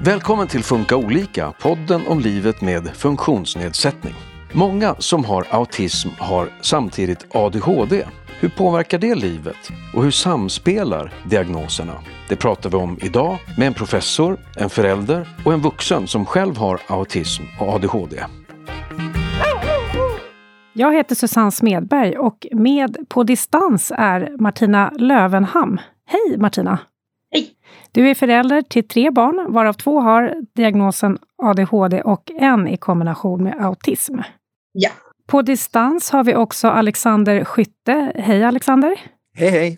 Välkommen till Funka olika, podden om livet med funktionsnedsättning. Många som har autism har samtidigt ADHD. Hur påverkar det livet? Och hur samspelar diagnoserna? Det pratar vi om idag med en professor, en förälder och en vuxen som själv har autism och ADHD. Jag heter Susanne Smedberg och med på distans är Martina Lövenham. Hej Martina! Hej! Du är förälder till 3 barn, varav 2 har diagnosen ADHD och en i kombination med autism. Ja. På distans har vi också Alexander Skytte. Hej Alexander! Hej hej!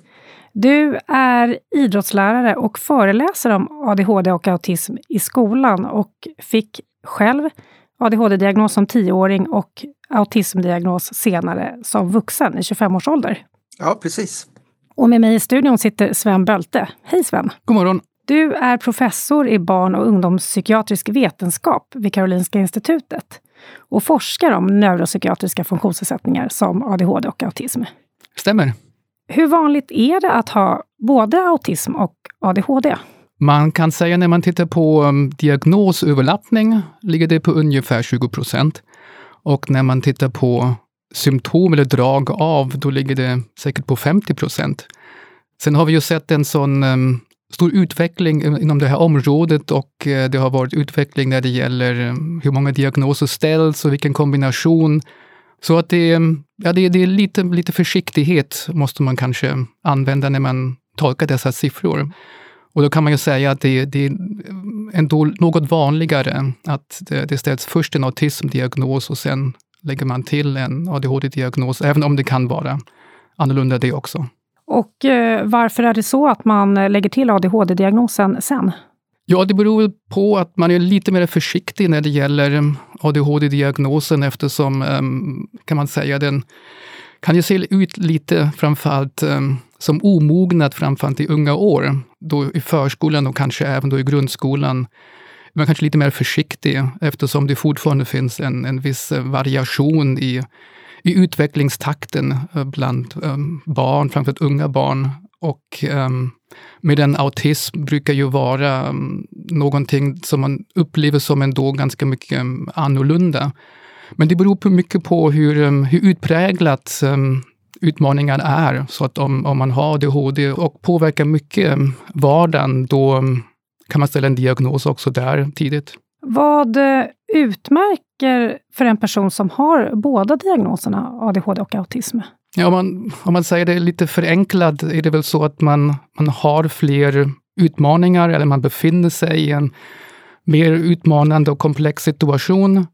Du är idrottslärare och föreläser om ADHD och autism i skolan och fick själv ADHD-diagnos som 10-åring och autismdiagnos senare som vuxen i 25 års ålder. Ja, precis. Och med mig i studion sitter Sven Bölte. Hej Sven! God morgon! Du är professor i barn- och ungdomspsykiatrisk vetenskap vid Karolinska institutet och forskar om neuropsykiatriska funktionsnedsättningar som ADHD och autism. Stämmer. Hur vanligt är det att ha både autism och ADHD? Man kan säga när man tittar på diagnosöverlappning ligger det på ungefär 20%. Och när man tittar på symptom eller drag av, då ligger det säkert på 50%. Sen har vi ju sett en sån stor utveckling inom det här området och det har varit utveckling när det gäller hur många diagnoser ställs och vilken kombination. Så att det är lite försiktighet måste man kanske använda när man tolkar dessa siffror. Och då kan man ju säga att det är ändå något vanligare att det ställs först en autismdiagnos och sen lägger man till en ADHD-diagnos, även om det kan vara annorlunda det också. Och varför är det så att man lägger till ADHD-diagnosen sen? Ja, det beror på att man är lite mer försiktig när det gäller ADHD-diagnosen eftersom, kan man säga, den kan ju se ut lite framförallt som omognad framförallt i unga år. Då i förskolan och kanske även då i grundskolan. Man kanske lite mer försiktig eftersom det fortfarande finns en viss variation i utvecklingstakten bland barn, framförallt unga barn. Och med en autism brukar ju vara någonting som man upplever som ändå ganska mycket annorlunda. Men det beror mycket på hur utpräglat utmaningen är. Så att om man har ADHD och påverkar mycket vardagen, då kan man ställa en diagnos också där tidigt. Vad utmärker för en person som har båda diagnoserna, ADHD och autism? Ja, om man säger det lite förenklat är det väl så att man har fler utmaningar eller man befinner sig i en mer utmanande och komplex situation.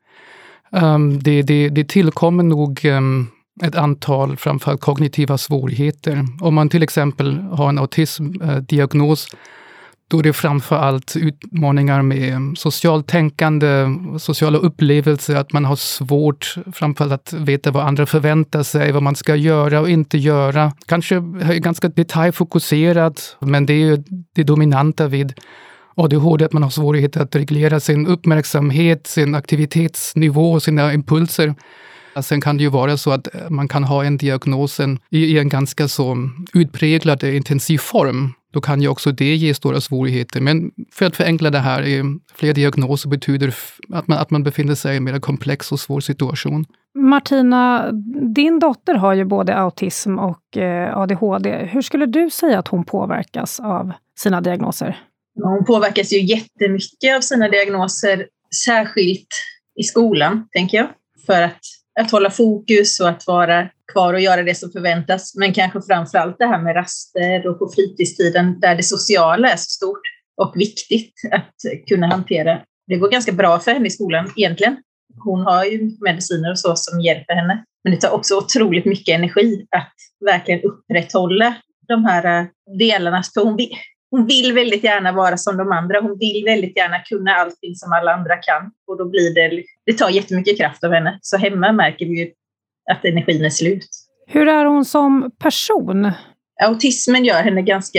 Det tillkommer nog ett antal framförallt kognitiva svårigheter. Om man till exempel har en autismdiagnos, då är det framförallt utmaningar med socialt tänkande, sociala upplevelser, att man har svårt framförallt att veta vad andra förväntar sig, vad man ska göra och inte göra. Kanske är ganska detaljfokuserat, men det är ju det dominanta vid ADHD, att man har svårigheter att reglera sin uppmärksamhet, sin aktivitetsnivå och sina impulser. Sen kan det ju vara så att man kan ha en diagnosen i en ganska så utpräglad intensiv form. Då kan ju också det ge stora svårigheter. Men för att förenkla det här, fler diagnoser betyder att man befinner sig i en mer komplex och svår situation. Martina, din dotter har ju både autism och ADHD. Hur skulle du säga att hon påverkas av sina diagnoser? Hon påverkas ju jättemycket av sina diagnoser, särskilt i skolan, tänker jag. För att hålla fokus och att vara kvar och göra det som förväntas. Men kanske framförallt det här med raster och på fritidstiden där det sociala är så stort och viktigt att kunna hantera. Det går ganska bra för henne i skolan egentligen. Hon har ju mediciner och så som hjälper henne. Men det tar också otroligt mycket energi att verkligen upprätthålla de här delarna. För hon vill väldigt gärna vara som de andra. Hon vill väldigt gärna kunna allting som alla andra kan. Och då blir det tar jättemycket kraft av henne. Så hemma märker vi ju att energin är slut. Hur är hon som person? Autismen gör henne ganska,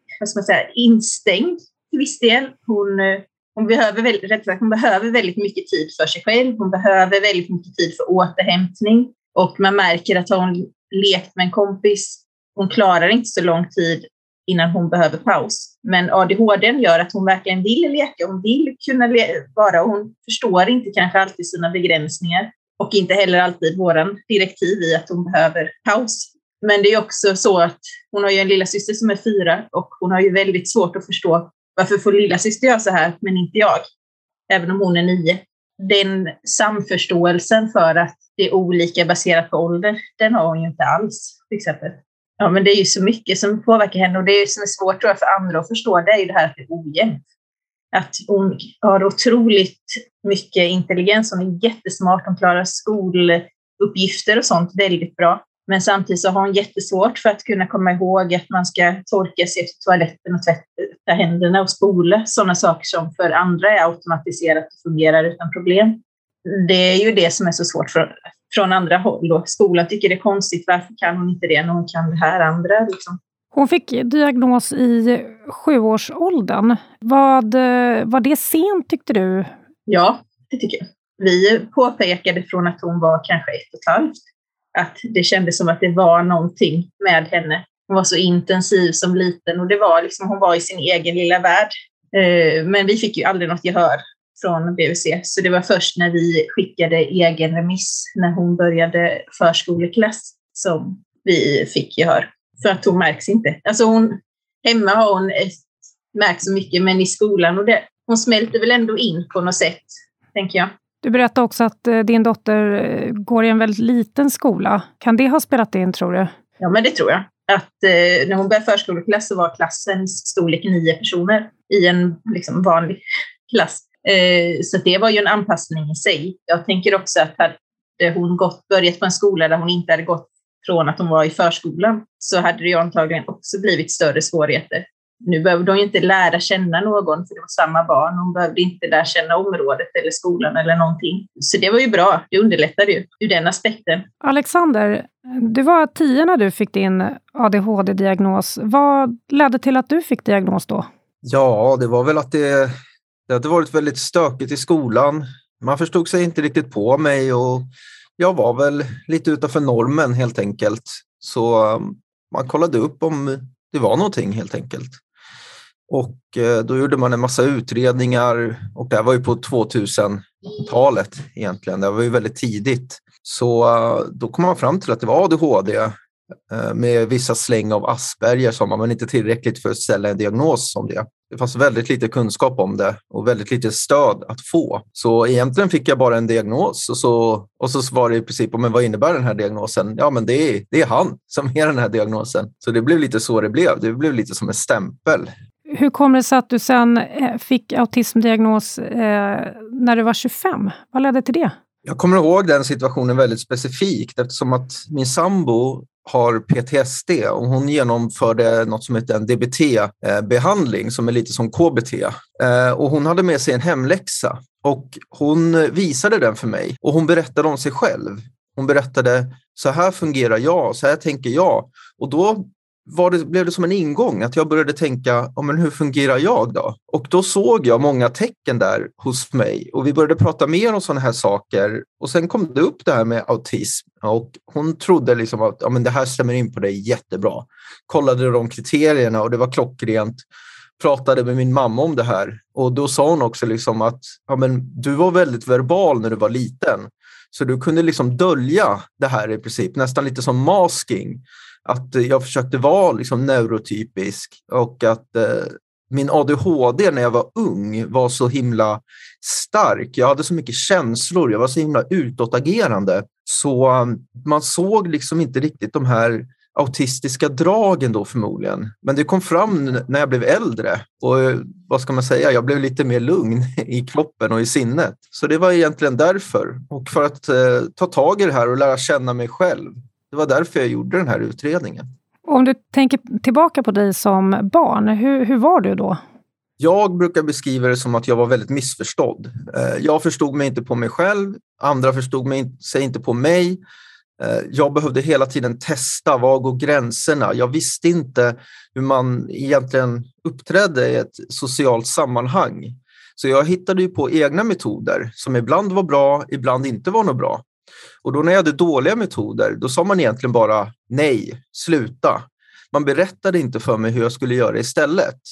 instängd till viss del. Hon behöver väldigt mycket tid för sig själv. Hon behöver väldigt mycket tid för återhämtning. Och man märker att hon lekt med en kompis. Hon klarar inte så lång tid innan hon behöver paus. Men ADHD gör att hon verkligen vill leka, hon vill kunna vara, och hon förstår inte kanske alltid sina begränsningar och inte heller alltid våran direktiv i att hon behöver paus. Men det är också så att hon har ju en lilla syster som är 4 och hon har ju väldigt svårt att förstå varför får lilla syster göra så här men inte jag, även om hon är 9. Den samförståelsen för att det är olika baserat på ålder, den har hon ju inte alls, till exempel. Ja, men det är ju så mycket som påverkar henne, och det som är svårt tror jag för andra att förstå, det är ju det här att det är ojämnt. Att hon har otroligt mycket intelligens, hon är jättesmart, hon klarar skoluppgifter och sånt väldigt bra. Men samtidigt så har hon jättesvårt för att kunna komma ihåg att man ska torka sig efter toaletten och tvätta händerna och spola. Sådana saker som för andra är automatiserat och fungerar utan problem. Det är ju det som är så svårt från andra håll. Och skolan tycker det är konstigt, varför kan hon inte det när hon kan det här andra? Liksom. Hon fick diagnos i 7-årsåldern. Var det sent tyckte du? Ja, det tycker jag. Vi påpekade från att hon var kanske 1,5. Att det kändes som att det var någonting med henne. Hon var så intensiv som liten och det var liksom, hon var i sin egen lilla värld. Men vi fick ju aldrig något gehör från BVC. Så det var först när vi skickade egen remiss när hon började förskoleklass som vi fick gehör. För att hon märks inte. Alltså hemma har hon märkt så mycket, men i skolan och hon smälter väl ändå in på något sätt, tänker jag. Du berättade också att din dotter går i en väldigt liten skola. Kan det ha spelat in, tror du? Ja, men det tror jag. Att när hon började förskoleklass så var klassens storlek 9 personer i en liksom, vanlig klass. Så det var ju en anpassning i sig. Jag tänker också att hade hon börjat på en skola där hon inte hade gått från att hon var i förskolan, så hade det ju antagligen också blivit större svårigheter. Nu behövde hon ju inte lära känna någon, för det var samma barn. Hon behövde inte lära känna området eller skolan eller någonting. Så det var ju bra, det underlättade ju ur den aspekten. Alexander, du var 10 när du fick din ADHD-diagnos. Vad ledde till att du fick diagnos då? Ja, det var väl att det hade varit väldigt stökigt i skolan. Man förstod sig inte riktigt på mig och jag var väl lite utanför normen helt enkelt. Så man kollade upp om det var någonting helt enkelt. Och då gjorde man en massa utredningar och det här var ju på 2000-talet egentligen. Det var ju väldigt tidigt. Så då kom man fram till att det var ADHD med vissa släng av Asperger som man inte tillräckligt för att ställa en diagnos om det. Det fanns väldigt lite kunskap om det och väldigt lite stöd att få. Så egentligen fick jag bara en diagnos och så var det i princip, men vad innebär den här diagnosen? Ja, men det är han som är den här diagnosen. Så det blev lite så det blev. Det blev lite som en stämpel. Hur kommer det sig att du sen fick autismdiagnos när du var 25? Vad ledde till det? Jag kommer ihåg den situationen väldigt specifikt eftersom att min sambo har PTSD och hon genomförde något som heter en DBT-behandling som är lite som KBT. Och hon hade med sig en hemläxa och hon visade den för mig och hon berättade om sig själv. Hon berättade, så här fungerar jag, så här tänker jag. Och då blev det som en ingång att jag började tänka, men hur fungerar jag då? Och då såg jag många tecken där hos mig och vi började prata mer om sådana här saker och sen kom det upp det här med autism och hon trodde liksom att men det här stämmer in på dig jättebra. Kollade de kriterierna och det var klockrent. Pratade med min mamma om det här och då sa hon också liksom att men du var väldigt verbal när du var liten så du kunde liksom dölja det här i princip, nästan lite som masking. Att jag försökte vara liksom neurotypisk och att min ADHD när jag var ung var så himla stark. Jag hade så mycket känslor, jag var så himla utåtagerande. Så man såg liksom inte riktigt de här autistiska dragen då förmodligen. Men det kom fram när jag blev äldre och vad ska man säga, jag blev lite mer lugn i kroppen och i sinnet. Så det var egentligen därför och för att ta tag i det här och lära känna mig själv. Det var därför jag gjorde den här utredningen. Om du tänker tillbaka på dig som barn, hur var du då? Jag brukar beskriva det som att jag var väldigt missförstådd. Jag förstod mig inte på mig själv, andra förstod sig inte på mig. Jag behövde hela tiden testa, var går gränserna? Jag visste inte hur man egentligen uppträdde i ett socialt sammanhang. Så jag hittade ju på egna metoder som ibland var bra, ibland inte var något bra. Och då när jag hade dåliga metoder, då sa man egentligen bara nej, sluta. Man berättade inte för mig hur jag skulle göra istället.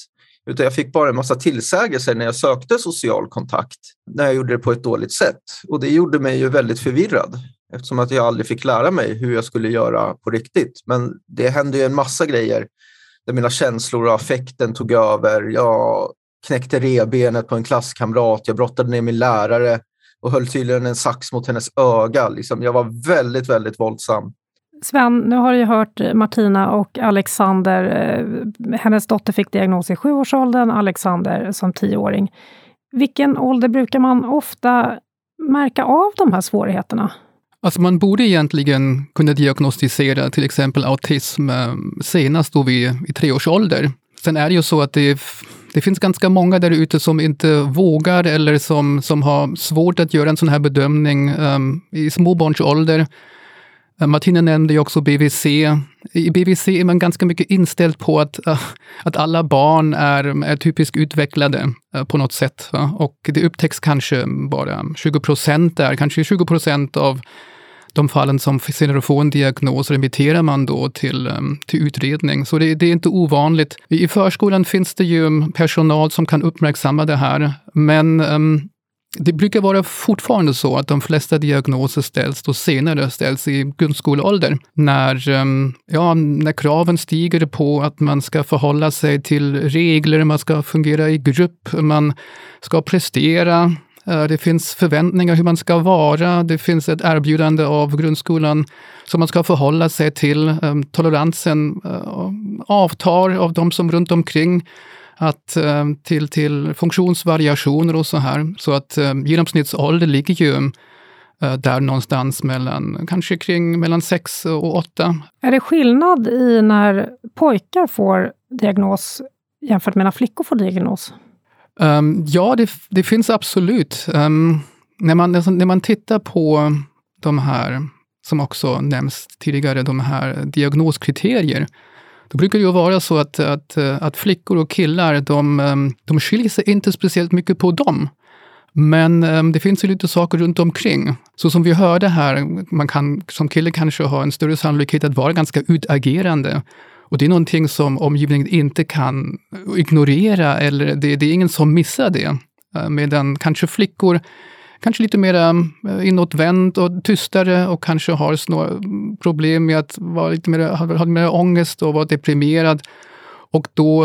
Utan jag fick bara en massa tillsägelser när jag sökte social kontakt, när jag gjorde det på ett dåligt sätt. Och det gjorde mig ju väldigt förvirrad, eftersom att jag aldrig fick lära mig hur jag skulle göra på riktigt. Men det hände ju en massa grejer där mina känslor och affekten tog över. Jag knäckte revbenet på en klasskamrat, jag brottade ner min lärare och höll tydligen en sax mot hennes öga. Liksom, jag var väldigt, väldigt våldsam. Sven, nu har du ju hört Martina och Alexander. Hennes dotter fick diagnos i 7-årsåldern, Alexander som 10-åring. Vilken ålder brukar man ofta märka av de här svårigheterna? Alltså man borde egentligen kunna diagnostisera till exempel autism senast då vi i 3-årsålder. Sen är det ju så att det finns ganska många där ute som inte vågar eller som har svårt att göra en sån här bedömning i småbarnsålder. Martina nämnde ju också BVC. I BVC är man ganska mycket inställd på att alla barn är typiskt utvecklade på något sätt. Och det upptäcks kanske bara 20% där. Kanske 20% av de fallen som senare får en diagnos remitterar man då till utredning. Så det är inte ovanligt. I förskolan finns det ju personal som kan uppmärksamma det här. Men det brukar vara fortfarande så att de flesta diagnoser ställs i grundskoleålder. När kraven stiger på att man ska förhålla sig till regler, man ska fungera i grupp, man ska prestera. Det finns förväntningar hur man ska vara. Det finns ett erbjudande av grundskolan som man ska förhålla sig till. Toleransen avtar av de som runt omkring. Till funktionsvariationer och så här. Så att genomsnittsålder ligger ju där någonstans mellan 6 och 8. Är det skillnad i när pojkar får diagnos jämfört med när flickor får diagnos? Ja, det finns absolut. När man tittar på de här, som också nämns tidigare, de här diagnoskriterier, då brukar det ju vara så att flickor och killar, de skiljer sig inte speciellt mycket på dem. Men det finns ju lite saker runt omkring. Så som vi hörde här, man kan som kille kanske ha en större sannolikhet att vara ganska utagerande. Och det är någonting som omgivningen inte kan ignorera, eller det är ingen som missar det. Medan kanske flickor kanske lite mer inåtvänd och tystare och kanske har problem med att vara lite ha mer ångest och vara deprimerad. Och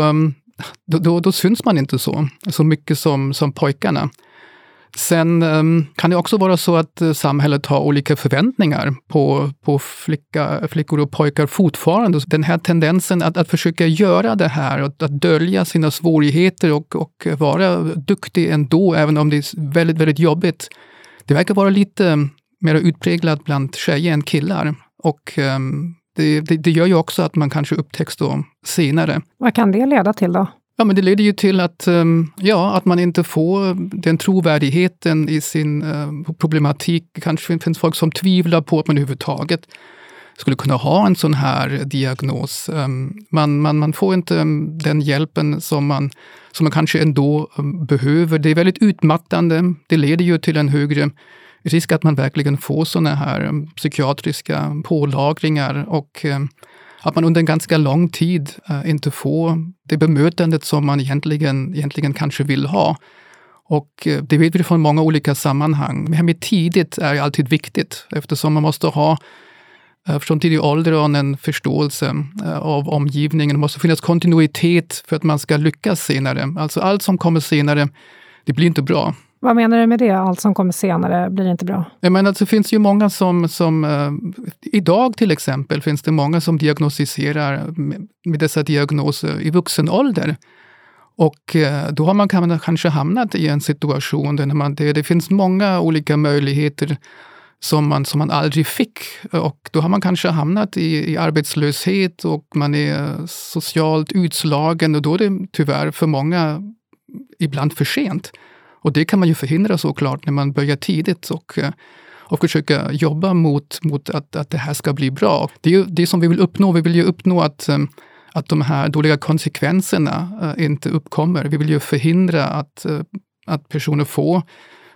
då syns man inte så mycket som pojkarna. Sen kan det också vara så att samhället har olika förväntningar på flickor och pojkar fortfarande. Den här tendensen att försöka göra det här, att dölja sina svårigheter och vara duktig ändå, även om det är väldigt, väldigt jobbigt. Det verkar vara lite mer utpräglat bland tjejer än killar. Och det gör ju också att man kanske upptäcks då senare. Vad kan det leda till då? Ja, men det leder ju till att man inte får den trovärdigheten i sin problematik. Kanske finns folk som tvivlar på att man överhuvudtaget skulle kunna ha en sån här diagnos. Man får inte den hjälpen som man kanske ändå behöver. Det är väldigt utmattande. Det leder ju till en högre risk att man verkligen får såna här psykiatriska pålagringar och att man under en ganska lång tid inte får det bemötandet som man egentligen kanske vill ha. Och det vet vi från många olika sammanhang. Men det här med tidigt är alltid viktigt, eftersom man måste ha från tidig ålder en förståelse av omgivningen. Det måste finnas kontinuitet för att man ska lyckas senare. Alltså allt som kommer senare, det blir inte bra. Vad menar du med det? Allt som kommer senare blir inte bra? Jag menar, det finns ju många som idag till exempel finns det många som diagnostiserar med dessa diagnoser i vuxen ålder. Och då har man kanske hamnat i en situation där det finns många olika möjligheter som man aldrig fick. Och då har man kanske hamnat i arbetslöshet och man är socialt utslagen, och då är det tyvärr för många ibland för sent. Och det kan man ju förhindra såklart när man börjar tidigt och försöka jobba mot att det här ska bli bra. Det är ju det som vi vill uppnå. Vi vill ju uppnå att de här dåliga konsekvenserna inte uppkommer. Vi vill ju förhindra att personer får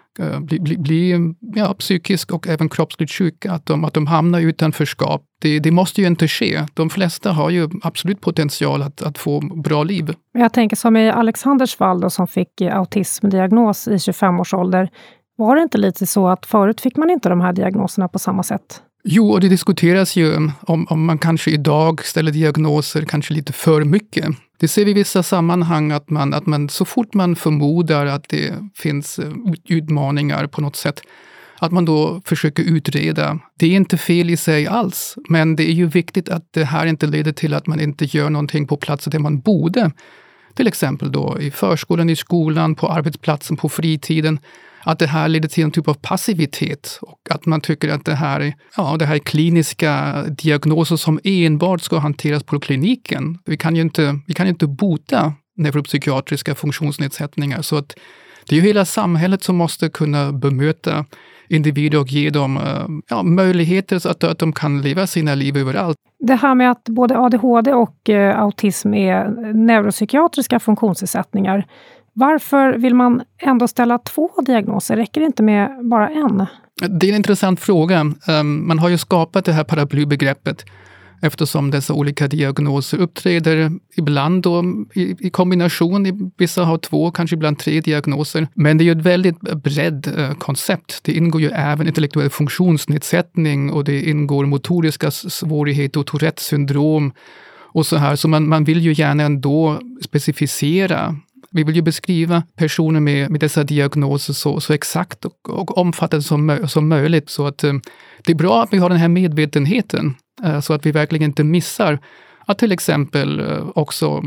bli psykisk och även kroppsligt sjuka, att de hamnar i utanförskap. Det måste ju inte ske. De flesta har ju absolut potential att få bra liv. Jag tänker som i Alexanders fall då, som fick autismdiagnos i 25 års ålder. Var det inte lite så att förut fick man inte de här diagnoserna på samma sätt? Jo, och det diskuteras ju om man kanske idag ställer diagnoser kanske lite för mycket. Det ser vi i vissa sammanhang att man så fort man förmodar att det finns utmaningar på något sätt, att man då försöker utreda. Det är inte fel i sig alls, men det är ju viktigt att det här inte leder till att man inte gör någonting på platser där man borde. Till exempel då i förskolan, i skolan, på arbetsplatsen, på fritiden. Att det här leder till en typ av passivitet och att man tycker att det här är kliniska diagnoser som enbart ska hanteras på kliniken. Vi kan ju inte bota neuropsykiatriska funktionsnedsättningar, så att det är ju hela samhället som måste kunna bemöta individer och ge dem möjligheter så att de kan leva sina liv överallt. Det här med att både ADHD och autism är neuropsykiatriska funktionsnedsättningar. Varför vill man ändå ställa 2 diagnoser? Räcker det inte med bara en? Det är en intressant fråga. Man har ju skapat det här paraplybegreppet eftersom dessa olika diagnoser uppträder ibland då i kombination. Vissa har 2, kanske ibland 3 diagnoser. Men det är ju ett väldigt bredd koncept. Det ingår ju även intellektuell funktionsnedsättning och det ingår motoriska svårigheter och Tourettes syndrom och så här. Så man vill ju gärna ändå specificera. Vi vill ju beskriva personer med dessa diagnoser så exakt och omfattande som möjligt. Så att det är bra att vi har den här medvetenheten så att vi verkligen inte missar att till exempel också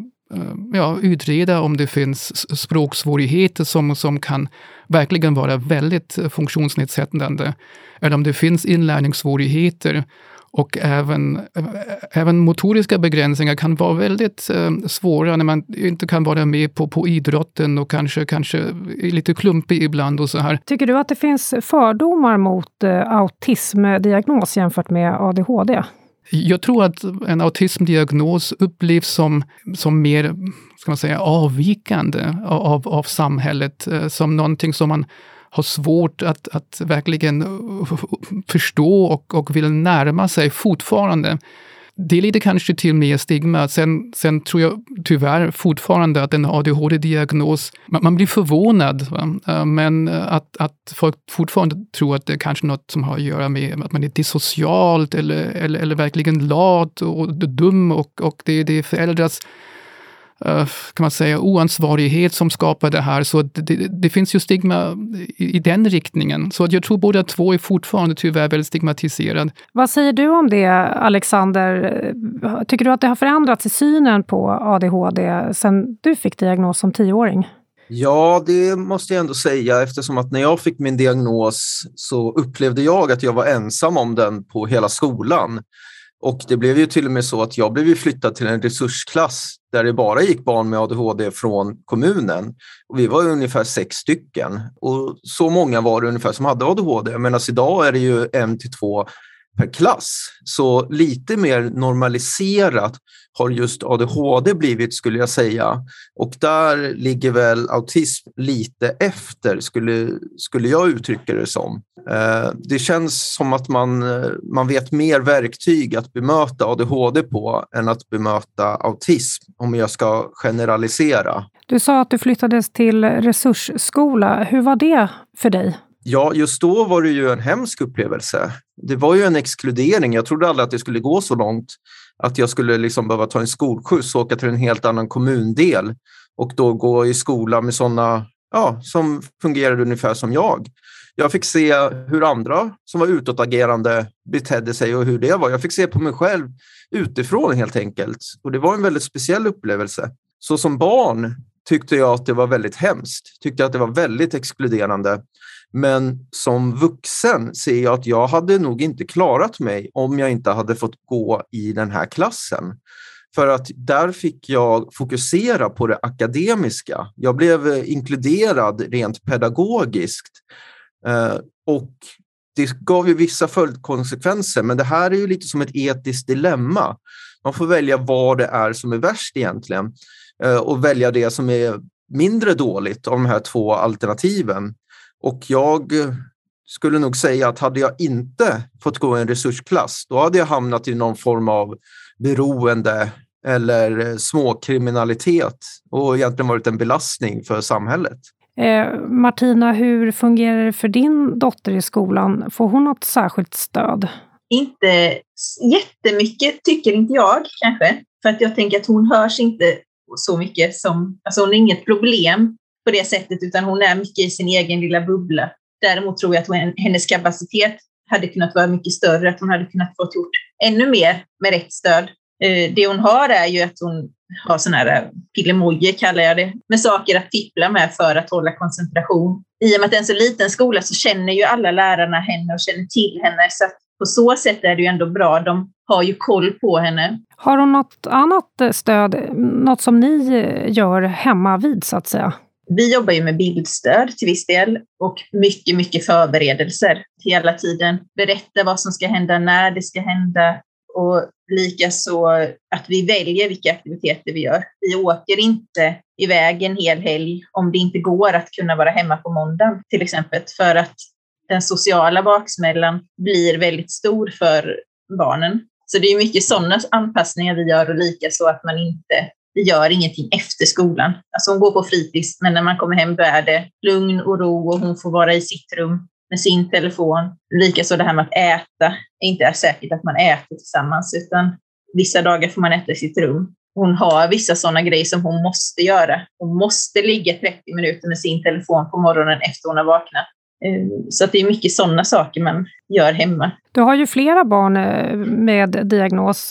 utreda om det finns språksvårigheter som kan verkligen vara väldigt funktionsnedsättande. Eller om det finns inlärningssvårigheter. Och även motoriska begränsningar kan vara väldigt svåra när man inte kan vara med på idrotten och kanske är lite klumpig ibland och så här. Tycker du att det finns fördomar mot autismdiagnos jämfört med ADHD? Jag tror att en autismdiagnos upplevs som mer, ska man säga, avvikande av samhället, som någonting som man har svårt att verkligen förstå och vill närma sig fortfarande. Det leder kanske till mer stigma. Sen tror jag tyvärr fortfarande att en ADHD-diagnos, man blir förvånad, va? Men att folk fortfarande tror att det är kanske något som har att göra med att man är dissocialt eller verkligen lat och dum och det är föräldrars kan man säga oansvarighet som skapar det här. Så det finns ju stigma i den riktningen. Så att jag tror båda 2 är fortfarande tyvärr väldigt stigmatiserad. Vad säger du om det, Alexander? Tycker du att det har förändrats i synen på ADHD sedan du fick diagnos som 10-åring? Ja, det måste jag ändå säga, eftersom att när jag fick min diagnos så upplevde jag att jag var ensam om den på hela skolan. Och det blev ju till och med så att jag blev flyttad till en resursklass där det bara gick barn med ADHD från kommunen. Och vi var ungefär 6 stycken. Och så många var det ungefär som hade ADHD. Medan idag är det ju 1 till 2 per klass. Så lite mer normaliserat har just ADHD blivit, skulle jag säga. Och där ligger väl autism lite efter, skulle jag uttrycka det som. Det känns som att man vet mer verktyg att bemöta ADHD på än att bemöta autism, om jag ska generalisera. Du sa att du flyttades till resursskola. Hur var det för dig? Ja, just då var det ju en hemsk upplevelse. Det var ju en exkludering. Jag trodde aldrig att det skulle gå så långt att jag skulle liksom behöva ta en skolskjuts och åka till en helt annan kommundel och då gå i skola med sådana som fungerade ungefär som jag. Jag fick se hur andra som var utåtagerande betedde sig och hur det var. Jag fick se på mig själv utifrån helt enkelt. Och det var en väldigt speciell upplevelse. Så som barn tyckte jag att det var väldigt hemskt. Tyckte att det var väldigt exkluderande. Men som vuxen ser jag att jag hade nog inte klarat mig om jag inte hade fått gå i den här klassen. För att där fick jag fokusera på det akademiska. Jag blev inkluderad rent pedagogiskt. Och det gav ju vissa följdkonsekvenser, men det här är ju lite som ett etiskt dilemma. Man får välja vad det är som är värst egentligen och välja det som är mindre dåligt av de här 2 alternativen. Och jag skulle nog säga att hade jag inte fått gå i en resursklass, då hade jag hamnat i någon form av beroende eller småkriminalitet och egentligen varit en belastning för samhället. Martina, hur fungerar det för din dotter i skolan? Får hon något särskilt stöd? Inte jättemycket tycker inte jag kanske. För att jag tänker att hon hörs inte så mycket som... Alltså hon är inget problem på det sättet, utan hon är mycket i sin egen lilla bubbla. Däremot tror jag att hennes kapacitet hade kunnat vara mycket större, att hon hade kunnat få gjort ännu mer med rätt stöd. Det hon har är ju att hon har sån här pillemoje, kallar jag det, med saker att fippla med för att hålla koncentration. I och med att det är en så liten skola så känner ju alla lärarna henne och känner till henne, så att på så sätt är det ju ändå bra. De har ju koll på henne. Har hon något annat stöd, något som ni gör hemma vid så att säga? Vi jobbar ju med bildstöd till viss del och mycket förberedelser hela tiden. Berätta vad som ska hända, när det ska hända, och likaså att vi väljer vilka aktiviteter vi gör. Vi åker inte iväg en hel helg om det inte går att kunna vara hemma på måndagen till exempel, för att den sociala baksmällan blir väldigt stor för barnen. Så det är mycket sådana anpassningar vi gör, och likaså att vi gör ingenting efter skolan. Alltså hon går på fritids, men när man kommer hem då är det lugn och ro och hon får vara i sitt rum med sin telefon. Likaså det här med att äta. Det är inte säkert att man äter tillsammans, utan vissa dagar får man äta i sitt rum. Hon har vissa sådana grejer som hon måste göra. Hon måste ligga 30 minuter med sin telefon på morgonen efter hon har vaknat. Så att det är mycket sådana saker man gör hemma. Du har ju flera barn med diagnos.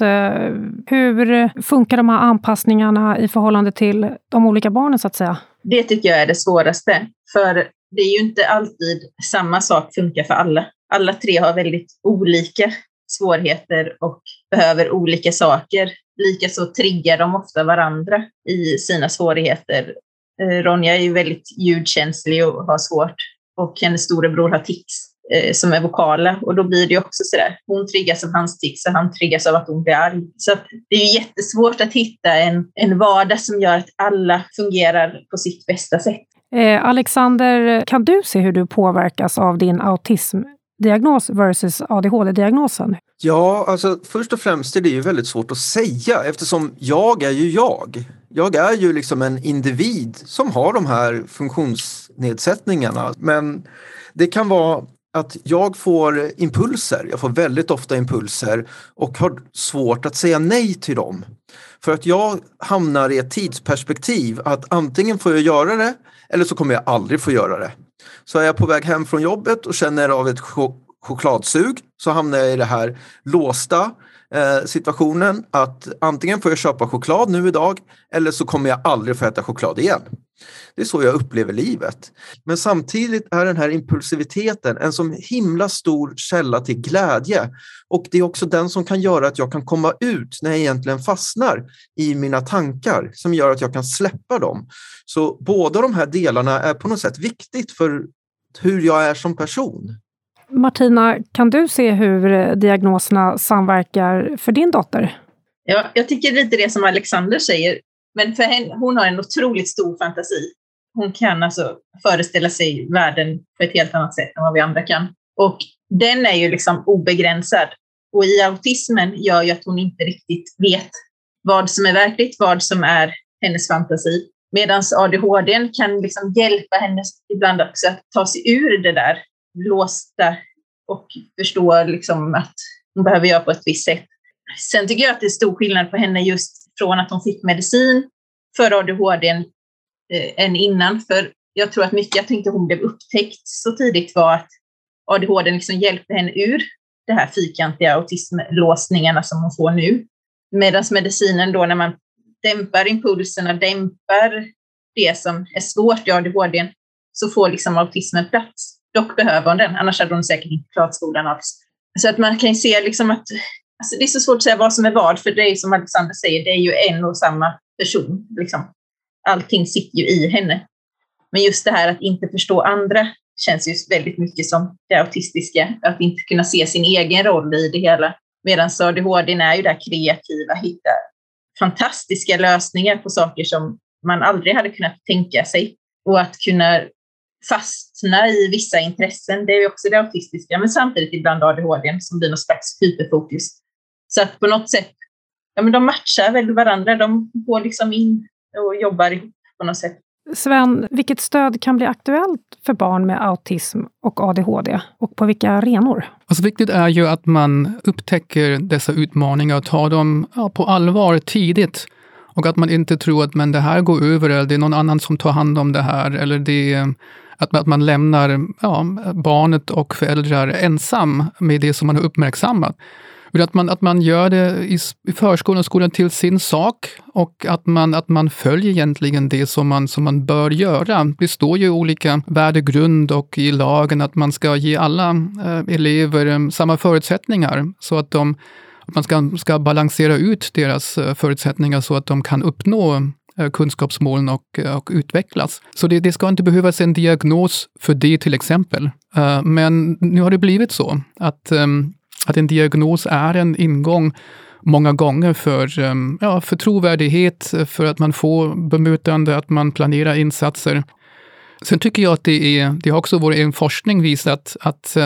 Hur funkar de här anpassningarna i förhållande till de olika barnen så att säga? Det tycker jag är det svåraste. För det är ju inte alltid samma sak funkar för alla. Alla tre har väldigt olika svårigheter och behöver olika saker. Likaså triggar de ofta varandra i sina svårigheter. Ronja är ju väldigt ljudkänslig och har svårt. Och hennes storebror har tics som är vokala. Och då blir det också sådär. Hon triggas av hans tics och han triggas av att hon blir arg. Så att det är jättesvårt att hitta en vardag som gör att alla fungerar på sitt bästa sätt. Alexander, kan du se hur du påverkas av din autismdiagnos versus ADHD-diagnosen? Ja, alltså först och främst är det ju väldigt svårt att säga, eftersom jag är ju jag. Jag är ju liksom en individ som har de här funktionsnedsättningarna. Men det kan vara att jag får impulser. Jag får väldigt ofta impulser och har svårt att säga nej till dem. För att jag hamnar i ett tidsperspektiv att antingen får jag göra det eller så kommer jag aldrig få göra det. Så är jag på väg hem från jobbet och känner av ett chokladsug, så hamnar jag i det här låsta situationen att antingen får jag köpa choklad nu idag eller så kommer jag aldrig få äta choklad igen. Det är så jag upplever livet. Men samtidigt är den här impulsiviteten en så himla stor källa till glädje, och det är också den som kan göra att jag kan komma ut när jag egentligen fastnar i mina tankar, som gör att jag kan släppa dem. Så båda de här delarna är på något sätt viktigt för hur jag är som person. Martina, kan du se hur diagnoserna samverkar för din dotter? Ja, jag tycker lite det som Alexander säger. Men för henne, hon har en otroligt stor fantasi. Hon kan alltså föreställa sig världen på ett helt annat sätt än vad vi andra kan. Och den är ju liksom obegränsad. Och i autismen gör ju att hon inte riktigt vet vad som är verkligt, vad som är hennes fantasi. Medan ADHD kan liksom hjälpa henne ibland också att ta sig ur det där låsta och förstå liksom att hon behöver göra på ett visst sätt. Sen tycker jag att det är stor skillnad på henne just från att hon fick medicin för ADHD än innan. För jag tror att mycket att inte hon blev upptäckt så tidigt var att ADHD liksom hjälpte henne ur det här fyrkantiga autismlåsningarna som hon får nu. Medan medicinen då, när man dämpar impulserna, dämpar det som är svårt i ADHD, så får liksom autismen plats. Dock behöver hon den, annars hade hon säkert inte klarat skolan alls. Så att man kan ju se liksom att alltså det är så svårt att säga vad som är vad, för det är som Alexander säger, det är ju en och samma person. Liksom. Allting sitter ju i henne. Men just det här att inte förstå andra känns ju väldigt mycket som det autistiska. Att inte kunna se sin egen roll i det hela. Medan ADHD är ju där kreativa, hitta fantastiska lösningar på saker som man aldrig hade kunnat tänka sig. Och att kunna fastna i vissa intressen. Det är ju också det autistiska, men samtidigt ibland ADHD som blir någon slags hyperfokus. Så att på något sätt, men de matchar väl varandra. De går liksom in och jobbar ihop på något sätt. Sven, vilket stöd kan bli aktuellt för barn med autism och ADHD och på vilka arenor? Alltså viktigt är ju att man upptäcker dessa utmaningar och tar dem på allvar tidigt. Och att man inte tror att det här går över eller det är någon annan som tar hand om det här. Eller att man lämnar barnet och föräldrar ensam med det som man har uppmärksammat. Att man gör det i förskolan och skolan till sin sak och att man följer egentligen det som man bör göra. Det står ju olika värdegrund och i lagen att man ska ge alla elever samma förutsättningar så att man ska balansera ut deras förutsättningar så att de kan uppnå kunskapsmålen och utvecklas. Så det ska inte behövas en diagnos för det till exempel. Men nu har det blivit så att en diagnos är en ingång många gånger för trovärdighet, för att man får bemötande, att man planerar insatser. Sen tycker jag att det har också vår egen forskning visat att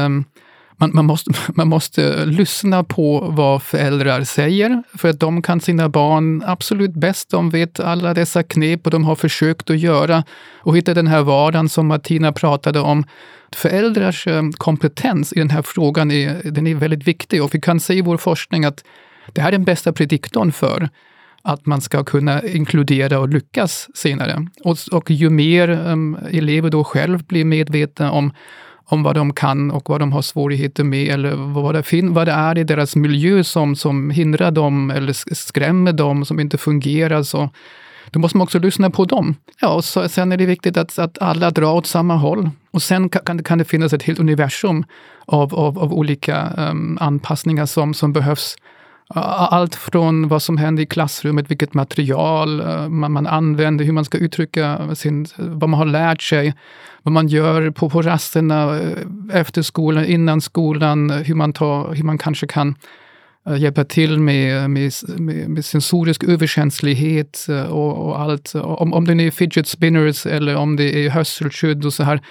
man måste lyssna på vad föräldrar säger, för att de kan sina barn absolut bäst. De vet alla dessa knep och de har försökt att göra och hitta den här vardagen som Martina pratade om. Föräldrars kompetens i den här frågan är väldigt viktig och vi kan se i vår forskning att det här är den bästa prediktorn för att man ska kunna inkludera och lyckas senare. Och ju mer elever då själv blir medvetna om vad de kan och vad de har svårigheter med eller vad det är i deras miljö som hindrar dem eller skrämmer dem, som inte fungerar, så då måste man också lyssna på dem. Ja, och sen är det viktigt att alla drar åt samma håll. Och sen kan det finnas ett helt universum av olika anpassningar som behövs. Allt från vad som händer i klassrummet, vilket material man använder, hur man ska uttrycka vad man har lärt sig, vad man gör på rasterna efter skolan, innan skolan, hur man kanske kan hjälpa till med sensorisk överkänslighet och allt. Om det är fidget spinners eller om det är hörselskydd och så här.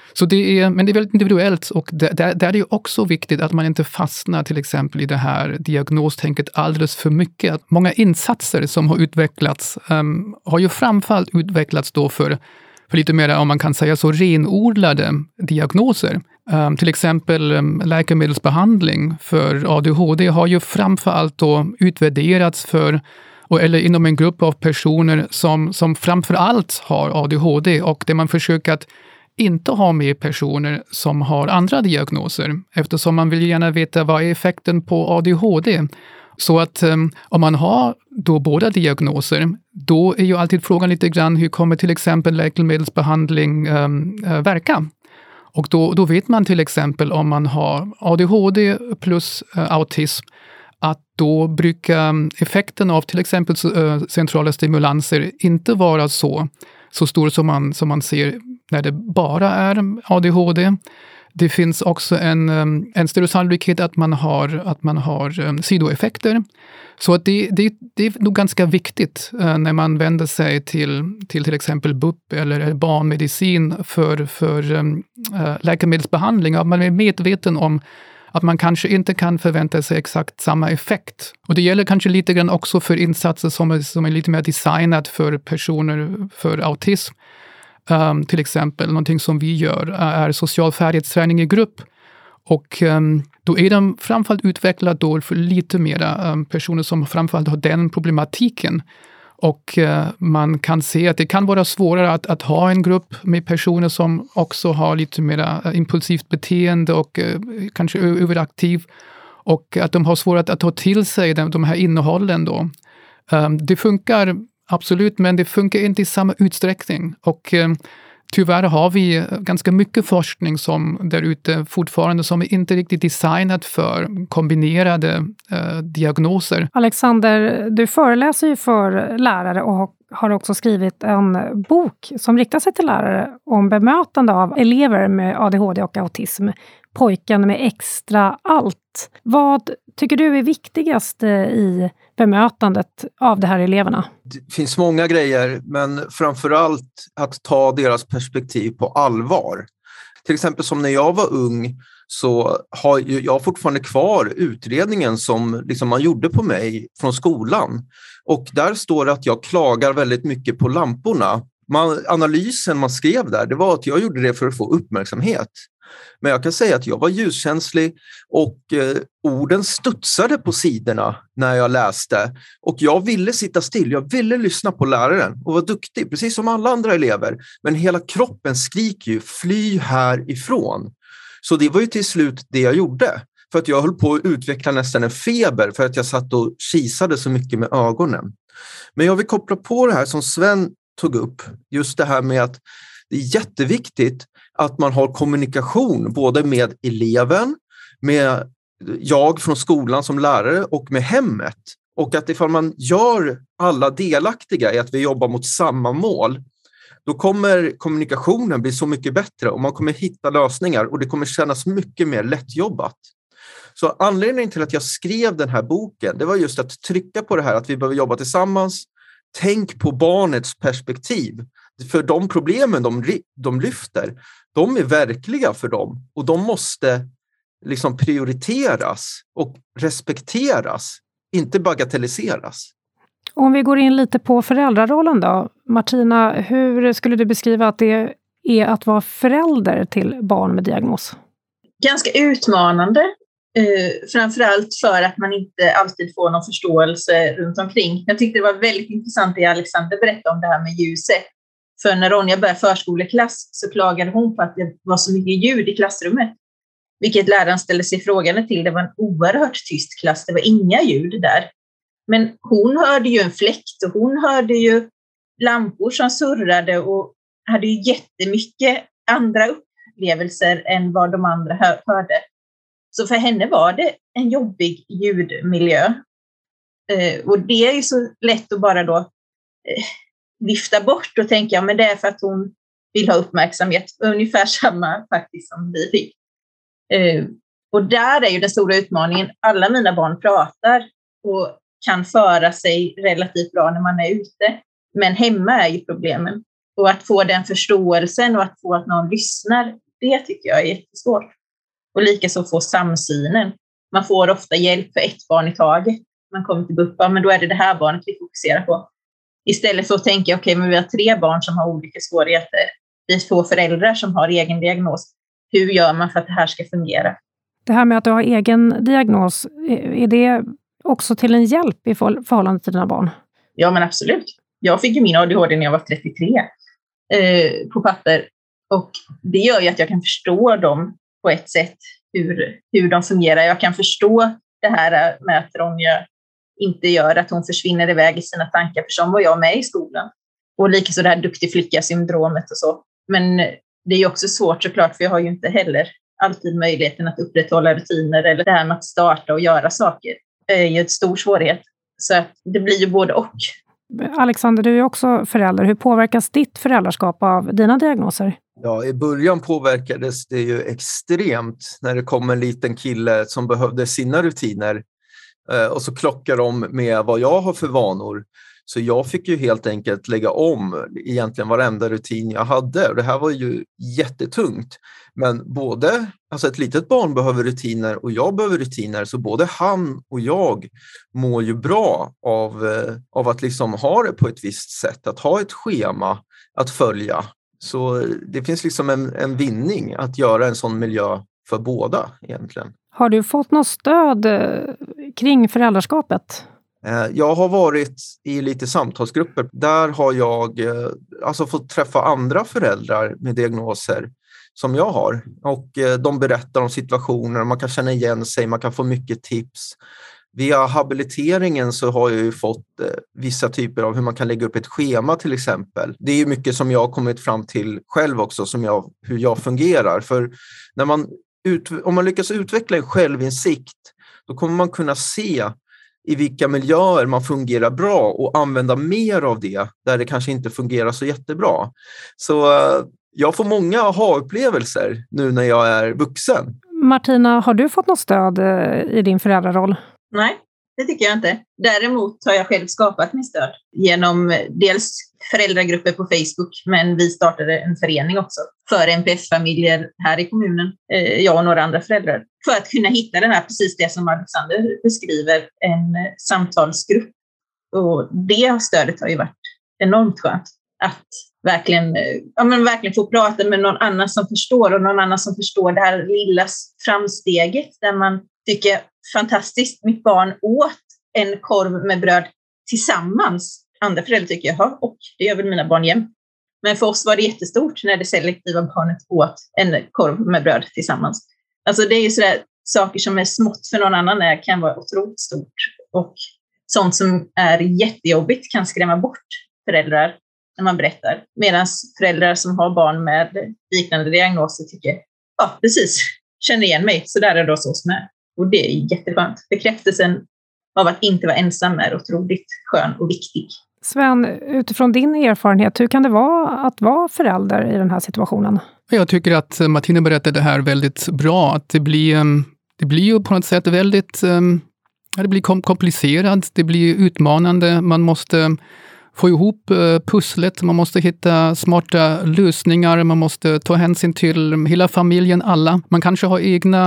Men det är väldigt individuellt och där är det också viktigt att man inte fastnar till exempel i det här diagnostänket alldeles för mycket. Många insatser som har utvecklats har ju framförallt utvecklats då för lite mer, om man kan säga så, renodlade diagnoser. Till exempel läkemedelsbehandling för ADHD har ju framförallt då utvärderats eller inom en grupp av personer som framförallt har ADHD och där man försöker att inte ha med personer som har andra diagnoser, eftersom man vill gärna veta vad är effekten på ADHD. Så att om man har då båda diagnoser, då är ju alltid frågan lite grann hur kommer till exempel läkemedelsbehandling verka? Och då vet man till exempel om man har ADHD plus autism, att då brukar effekten av till exempel centrala stimulanser inte vara så stor som man ser när det bara är ADHD. Det finns också en större sannolikhet att man har sidoeffekter. Så att det är nog ganska viktigt när man vänder sig till exempel BUP eller barnmedicin för läkemedelsbehandling, att man är medveten om att man kanske inte kan förvänta sig exakt samma effekt. Och det gäller kanske lite grann också för insatser som är lite mer designat för personer för autism. Till exempel, någonting som vi gör är social färdighetsträning i grupp. Och då är de framförallt utvecklade då för lite mera personer som framförallt har den problematiken. Och man kan se att det kan vara svårare att ha en grupp med personer som också har lite mera impulsivt beteende och kanske överaktiv. Och att de har svårare att ta till sig de här innehållen då. Det funkar absolut, men det funkar inte i samma utsträckning. Och tyvärr har vi ganska mycket forskning som där ute fortfarande som är inte riktigt designat för kombinerade diagnoser. Alexander, du föreläser ju för lärare och har också skrivit en bok som riktar sig till lärare om bemötande av elever med ADHD och autism. Pojken med extra allt. Vad tycker du är viktigast i bemötandet av de här eleverna? Det finns många grejer, men framförallt att ta deras perspektiv på allvar. Till exempel som när jag var ung så har jag fortfarande kvar utredningen som liksom man gjorde på mig från skolan. Och där står det att jag klagar väldigt mycket på lamporna. Analysen man skrev där, det var att jag gjorde det för att få uppmärksamhet. Men jag kan säga att jag var ljuskänslig och orden studsade på sidorna när jag läste. Och jag ville sitta still, jag ville lyssna på läraren och vara duktig, precis som alla andra elever. Men hela kroppen skriker ju, fly härifrån. Så det var ju till slut det jag gjorde. För att jag höll på att utveckla nästan en feber för att jag satt och kisade så mycket med ögonen. Men jag vill koppla på det här som Sven tog upp. Just det här med att det är jätteviktigt att man har kommunikation både med eleven, med jag från skolan som lärare och med hemmet. Och att ifall man gör alla delaktiga i att vi jobbar mot samma mål, då kommer kommunikationen bli så mycket bättre och man kommer hitta lösningar och det kommer kännas mycket mer lättjobbat. Så anledningen till att jag skrev den här boken, det var just att trycka på det här att vi behöver jobba tillsammans. Tänk på barnets perspektiv. För de problemen de lyfter, de är verkliga för dem och de måste liksom prioriteras och respekteras, inte bagatelliseras. Om vi går in lite på föräldrarollen då. Martina, hur skulle du beskriva att det är att vara förälder till barn med diagnos? Ganska utmanande. Framförallt för att man inte alltid får någon förståelse runt omkring. Jag tyckte det var väldigt intressant det Alexander berättade om det här med ljuset. För när Ronja började förskoleklass så klagade hon på att det var så mycket ljud i klassrummet. Vilket läraren ställde sig frågande till. Det var en oerhört tyst klass, det var inga ljud där. Men hon hörde ju en fläkt och hon hörde ju lampor som surrade och hade ju jättemycket andra upplevelser än vad de andra hörde. Så för henne var det en jobbig ljudmiljö. Och det är ju så lätt att bara då vifta bort och tänka men det är för att hon vill ha uppmärksamhet. Ungefär samma faktiskt som vi fick. Och där är ju den stora utmaningen. Alla mina barn pratar och kan föra sig relativt bra när man är ute. Men hemma är ju problemen. Och att få den förståelsen och att få att någon lyssnar, det tycker jag är jättesvårt. Och likaså få samsynen. Man får ofta hjälp för ett barn i taget. Man kommer till BUPA, men då är det här barnet vi fokuserar på. Istället för att tänka, okej, men vi har 3 barn som har olika svårigheter. Vi har 2 föräldrar som har egen diagnos. Hur gör man för att det här ska fungera? Det här med att du har egen diagnos, är det också till en hjälp i förhållande till dina barn? Ja, men absolut. Jag fick ju min ADHD när jag var 33 på papper. Och det gör ju att jag kan förstå dem på ett sätt, hur de fungerar. Jag kan förstå det här med att Ronja inte gör att hon försvinner iväg i sina tankar, för som var jag med i skolan. Och likaså det här duktig flicka-syndromet och så. Men det är ju också svårt såklart, för jag har ju inte heller alltid möjligheten att upprätthålla rutiner, eller det här med att starta och göra saker är ju en stor svårighet. Så att det blir ju både och. Alexander, du är också förälder. Hur påverkas ditt föräldraskap av dina diagnoser? Ja, i början påverkades det ju extremt när det kom en liten kille som behövde sina rutiner. Och så klockar de med vad jag har för vanor. Så jag fick ju helt enkelt lägga om egentligen varenda rutin jag hade. Och det här var ju jättetungt. Men alltså ett litet barn behöver rutiner och jag behöver rutiner. Så både han och jag mår ju bra av att liksom ha det på ett visst sätt. Att ha ett schema att följa. Så det finns liksom en vinning att göra en sån miljö för båda egentligen. Har du fått något stöd kring föräldraskapet? Jag har varit i lite samtalsgrupper. Där har jag fått träffa andra föräldrar med diagnoser som jag har. Och de berättar om situationer, man kan känna igen sig, man kan få mycket tips. Via habiliteringen så har jag ju fått vissa typer av hur man kan lägga upp ett schema till exempel. Det är ju mycket som jag har kommit fram till själv också, hur jag fungerar. För om man lyckas utveckla en självinsikt, då kommer man kunna se i vilka miljöer man fungerar bra och använda mer av det där det kanske inte fungerar så jättebra. Så jag får många aha-upplevelser nu när jag är vuxen. Martina, har du fått något stöd i din föräldraroll? Nej, det tycker jag inte. Däremot har jag själv skapat min stöd genom dels föräldragrupper på Facebook, men vi startade en förening också för NPF-familjer här i kommunen, jag och några andra föräldrar, för att kunna hitta den här, precis det som Alexander beskriver, en samtalsgrupp. Och det stödet har ju varit enormt skönt att verkligen få prata med någon annan som förstår, och någon annan som förstår det här lilla framsteget där man tycker fantastiskt, mitt barn åt en korv med bröd tillsammans. Andra föräldrar tycker jag, och det gör väl mina barn jämt. Men för oss var det jättestort när det selektiva barnet åt en korv med bröd tillsammans. Alltså det är ju sådär, saker som är smått för någon annan kan vara otroligt stort. Och sånt som är jättejobbigt kan skrämma bort föräldrar när man berättar. Medan föräldrar som har barn med liknande diagnoser tycker, ja precis, känner igen mig, så där är det så som är. Och det är jätteskönt. Bekräftelsen av att inte vara ensam är otroligt skön och viktig. Sven, utifrån din erfarenhet, hur kan det vara att vara förälder i den här situationen? Jag tycker att Martina berättade det här väldigt bra. Att det blir ju på något sätt väldigt det blir komplicerat, det blir utmanande. Man måste få ihop pusslet, man måste hitta smarta lösningar, man måste ta hänsyn till hela familjen, alla. Man kanske har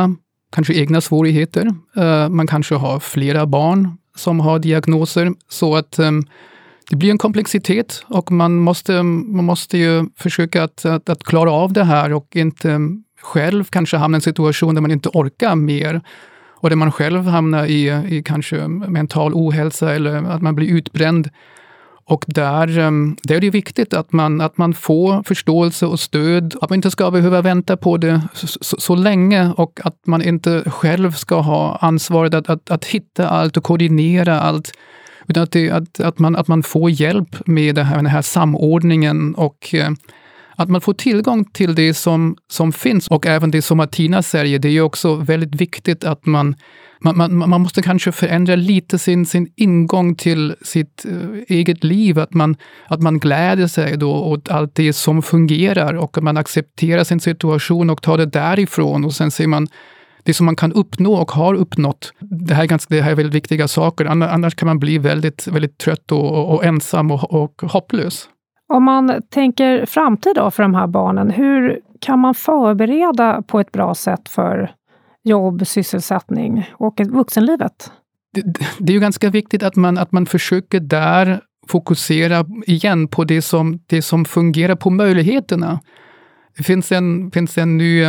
egna svårigheter. Man kanske har flera barn som har diagnoser, så att det blir en komplexitet, och man måste ju försöka att klara av det här och inte själv kanske hamna i en situation där man inte orkar mer, och där man själv hamnar i kanske mental ohälsa eller att man blir utbränd. Och där är det viktigt att man får förståelse och stöd, att man inte ska behöva vänta på det så länge, och att man inte själv ska ha ansvaret att hitta allt och koordinera allt, utan att man får hjälp med den här samordningen, och att man får tillgång till det som finns. Och även det som Martina säger, det är ju också väldigt viktigt att man måste kanske förändra lite sin ingång till sitt eget liv. Att man gläder sig då åt allt det som fungerar, och att man accepterar sin situation och tar det därifrån. Och sen ser man det som man kan uppnå och har uppnått. Det här är väldigt viktiga saker. Annars kan man bli väldigt, väldigt trött och ensam och hopplös. Om man tänker framtid då för de här barnen, hur kan man förbereda på ett bra sätt för jobb, sysselsättning och vuxenlivet? Det är ju ganska viktigt att man försöker där fokusera igen på det som fungerar, på möjligheterna. Det finns en ny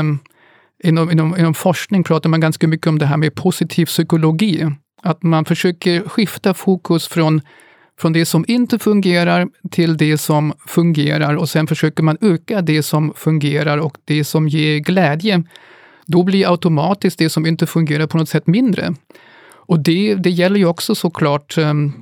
inom forskning pratar man ganska mycket om det här med positiv psykologi. Att man försöker skifta fokus från det som inte fungerar till det som fungerar, och sen försöker man öka det som fungerar och det som ger glädje. Då blir automatiskt det som inte fungerar på något sätt mindre. Och det gäller ju också såklart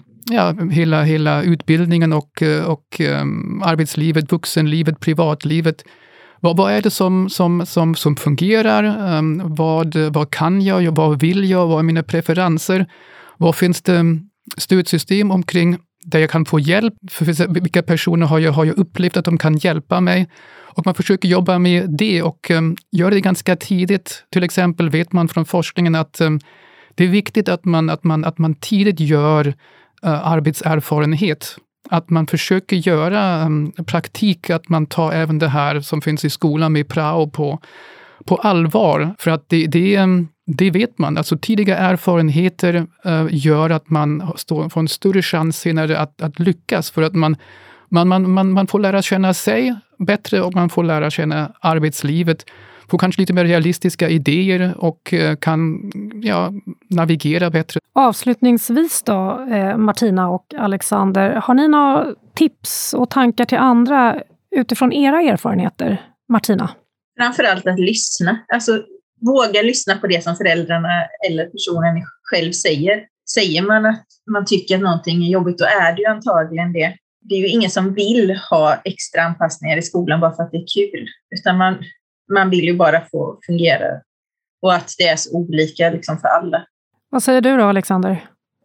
hela utbildningen och arbetslivet, vuxenlivet, privatlivet. Vad är det som fungerar? Vad kan jag? Vad vill jag? Vad är mina preferenser? Vad finns det stödsystem omkring där jag kan få hjälp? För vilka personer har jag upplevt att de kan hjälpa mig? Och man försöker jobba med det och göra det ganska tidigt. Till exempel vet man från forskningen att det är viktigt att man tidigt gör arbetserfarenhet. Att man försöker göra praktik, att man tar även det här som finns i skolan med prao på allvar. För att det vet man. Alltså tidiga erfarenheter gör att man får en större chans senare att lyckas. För att man får lära känna sig bättre, och man får lära känna arbetslivet. Får kanske lite mer realistiska idéer och kan navigera bättre. Avslutningsvis då, Martina och Alexander, har ni några tips och tankar till andra utifrån era erfarenheter? Martina? Framförallt att lyssna. Alltså våga lyssna på det som föräldrarna eller personen själv säger. Säger man att man tycker att någonting är jobbigt, då är det ju antagligen det. Det är ju ingen som vill ha extra anpassningar i skolan bara för att det är kul. Utan man vill ju bara få fungera. Och att det är så olika liksom för alla. Vad säger du då, Alexander?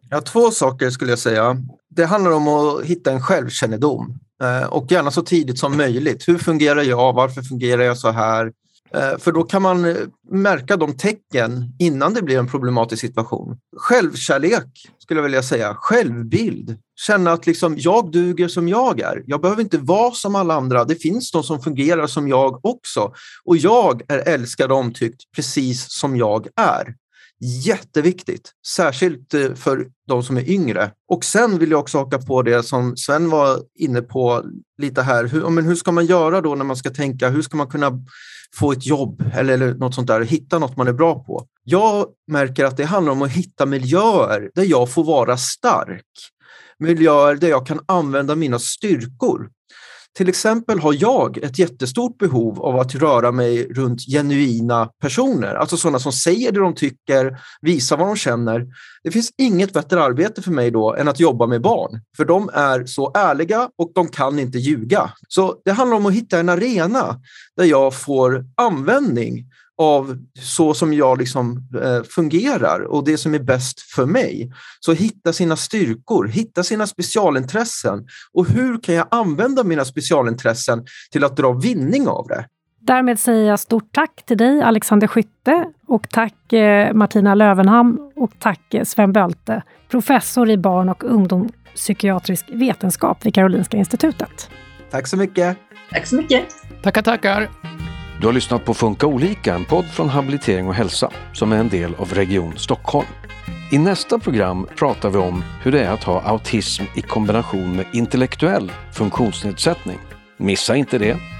Ja, 2 saker skulle jag säga. Det handlar om att hitta en självkännedom och gärna så tidigt som möjligt. Hur fungerar jag? Varför fungerar jag så här? För då kan man märka de tecken innan det blir en problematisk situation. Självkärlek skulle jag vilja säga. Självbild. Känna att liksom, jag duger som jag är. Jag behöver inte vara som alla andra. Det finns de som fungerar som jag också. Och jag är älskad och omtyckt precis som jag är. Jätteviktigt, särskilt för de som är yngre. Och sen vill jag också haka på det som Sven var inne på lite här. Hur ska man göra då när man ska tänka, hur ska man kunna få ett jobb eller något sånt där, hitta något man är bra på? Jag märker att det handlar om att hitta miljöer där jag får vara stark. Miljöer där jag kan använda mina styrkor. Till exempel har jag ett jättestort behov av att röra mig runt genuina personer. Alltså sådana som säger det de tycker, visar vad de känner. Det finns inget bättre arbete för mig då än att jobba med barn. För de är så ärliga och de kan inte ljuga. Så det handlar om att hitta en arena där jag får användning av så som jag liksom fungerar och det som är bäst för mig. Så hitta sina styrkor, hitta sina specialintressen och hur kan jag använda mina specialintressen till att dra vinning av det? Därmed säger jag stort tack till dig Alexander Skytte och tack Martina Lövenham och tack Sven Bölte, professor i barn- och ungdomspsykiatrisk vetenskap vid Karolinska institutet. Tack så mycket. Tack så mycket. Tackar. Du har lyssnat på Funka olika, en podd från Habilitering och hälsa som är en del av Region Stockholm. I nästa program pratar vi om hur det är att ha autism i kombination med intellektuell funktionsnedsättning. Missa inte det!